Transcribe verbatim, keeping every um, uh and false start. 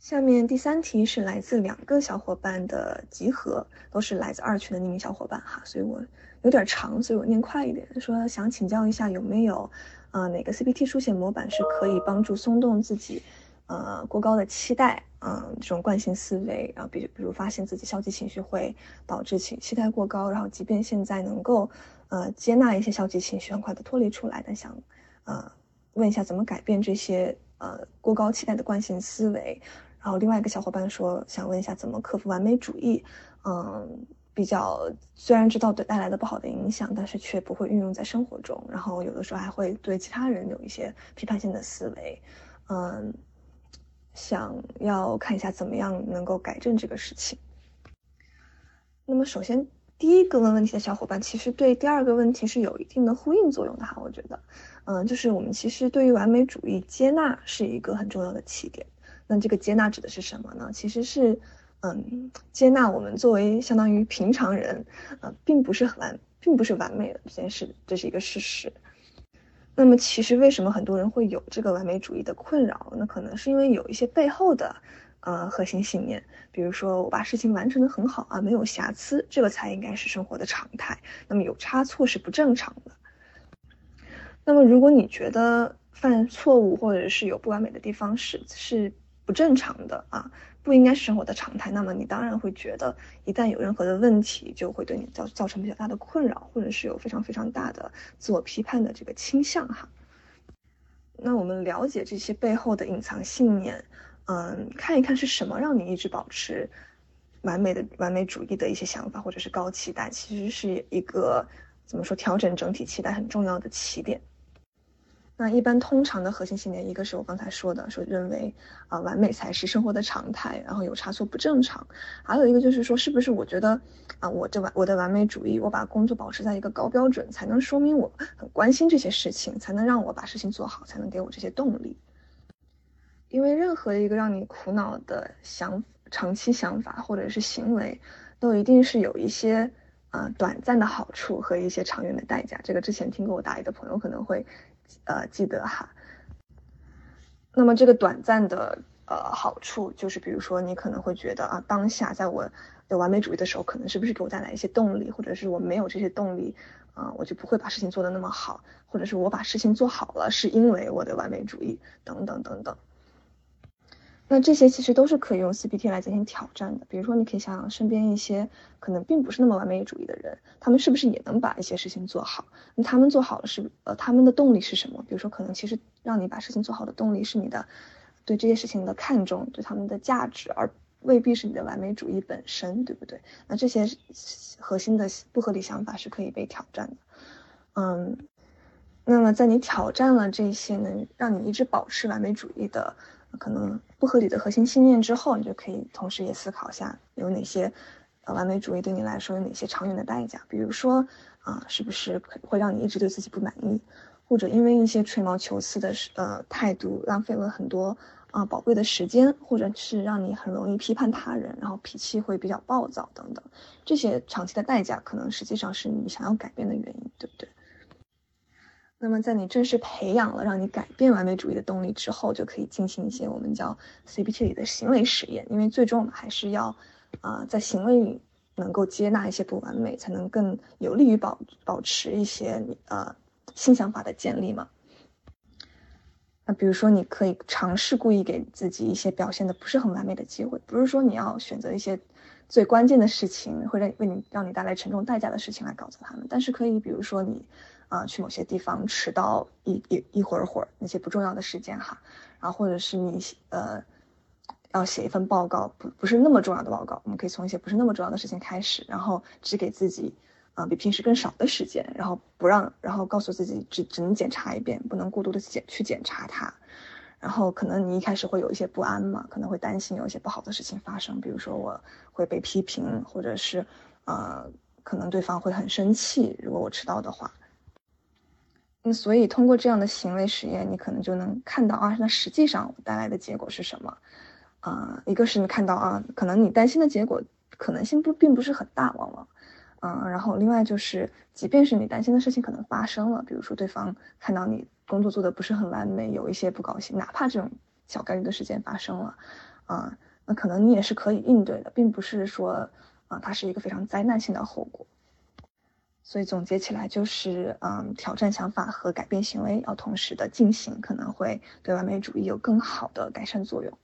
下面第三题是来自两个小伙伴的集合，都是来自二群的匿名小伙伴哈，所以我有点长，所以我念快一点。说想请教一下有没有，呃，哪个 C P T 书写模板是可以帮助松动自己，呃，过高的期待，嗯、呃，这种惯性思维，然后比比如发现自己消极情绪会导致期期待过高，然后即便现在能够，呃，接纳一些消极情绪，很快的脱离出来，但想，呃，问一下怎么改变这些呃过高期待的惯性思维。然后另外一个小伙伴说想问一下怎么克服完美主义，嗯，比较虽然知道对带来的不好的影响，但是却不会运用在生活中，然后有的时候还会对其他人有一些批判性的思维，嗯，想要看一下怎么样能够改正这个事情。那么首先第一个问问题的小伙伴其实对第二个问题是有一定的呼应作用的哈，我觉得，嗯，就是我们其实对于完美主义接纳是一个很重要的起点。那这个接纳指的是什么呢？其实是，嗯，接纳我们作为相当于平常人，呃，并不是很完，并不是完美的这件事，这是一个事实。那么其实为什么很多人会有这个完美主义的困扰？那可能是因为有一些背后的，呃，核心信念，比如说我把事情完成得很好啊，没有瑕疵，这个才应该是生活的常态。那么有差错是不正常的。那么如果你觉得犯错误或者是有不完美的地方是是不正常的啊，不应该是生活的常态，那么你当然会觉得一旦有任何的问题就会对你造造成比较大的困扰，或者是有非常非常大的自我批判的这个倾向哈。那我们了解这些背后的隐藏信念，嗯，看一看是什么让你一直保持完美的完美主义的一些想法或者是高期待，其实是一个怎么说调整整体期待很重要的起点。那一般通常的核心信念，一个是我刚才说的，说认为啊、呃、完美才是生活的常态，然后有差错不正常。还有一个就是说，是不是我觉得啊、呃、我这完我的完美主义，我把工作保持在一个高标准，才能说明我很关心这些事情，才能让我把事情做好，才能给我这些动力。因为任何一个让你苦恼的想长期想法或者是行为，都一定是有一些呃短暂的好处和一些长远的代价。这个之前听过我答疑的朋友可能会呃记得哈。那么这个短暂的呃好处就是，比如说你可能会觉得啊，当下在我有完美主义的时候，可能是不是给我带来一些动力，或者是我没有这些动力啊、呃，我就不会把事情做得那么好，或者是我把事情做好了是因为我的完美主义等等等等。那这些其实都是可以用 C P T 来进行挑战的。比如说你可以想想身边一些可能并不是那么完美主义的人，他们是不是也能把一些事情做好？那他们做好了是呃他们的动力是什么？比如说可能其实让你把事情做好的动力是你的对这些事情的看重，对他们的价值，而未必是你的完美主义本身，对不对？那这些核心的不合理想法是可以被挑战的。嗯，那么在你挑战了这些能让你一直保持完美主义的可能不合理的核心信念之后，你就可以同时也思考一下有哪些呃完美主义对你来说有哪些长远的代价，比如说啊、呃，是不是会让你一直对自己不满意，或者因为一些吹毛求疵的呃态度浪费了很多啊、呃、宝贵的时间，或者是让你很容易批判他人，然后脾气会比较暴躁等等，这些长期的代价可能实际上是你想要改变的原因，对不对？那么在你正式培养了让你改变完美主义的动力之后，就可以进行一些我们叫 C P T 里的行为实验，因为最终我们还是要啊、呃、在行为里能够接纳一些不完美，才能更有利于保保持一些呃新想法的建立嘛。那比如说你可以尝试故意给自己一些表现的不是很完美的机会，不是说你要选择一些最关键的事情会让为你让你带来沉重代价的事情来搞砸他们，但是可以比如说你啊、呃、去某些地方迟到一一一会儿会儿那些不重要的时间哈，然后或者是你呃要写一份报告不不是那么重要的报告，我们可以从一些不是那么重要的事情开始，然后只给自己啊、呃、比平时更少的时间，然后不让然后告诉自己只只能检查一遍，不能过度的检去检查它。然后可能你一开始会有一些不安嘛，可能会担心有一些不好的事情发生，比如说我会被批评，或者是呃可能对方会很生气，如果我迟到的话。嗯，所以通过这样的行为实验，你可能就能看到啊，那实际上带来的结果是什么？啊、呃，一个是你看到啊，可能你担心的结果可能性不并不是很大，往往。嗯、呃，然后另外就是，即便是你担心的事情可能发生了，比如说对方看到你工作做的不是很完美，有一些不高兴，哪怕这种小概率的事件发生了， 啊，那可能你也是可以应对的，并不是说啊它是一个非常灾难性的后果。所以总结起来就是，嗯，挑战想法和改变行为要同时的进行，可能会对完美主义有更好的改善作用。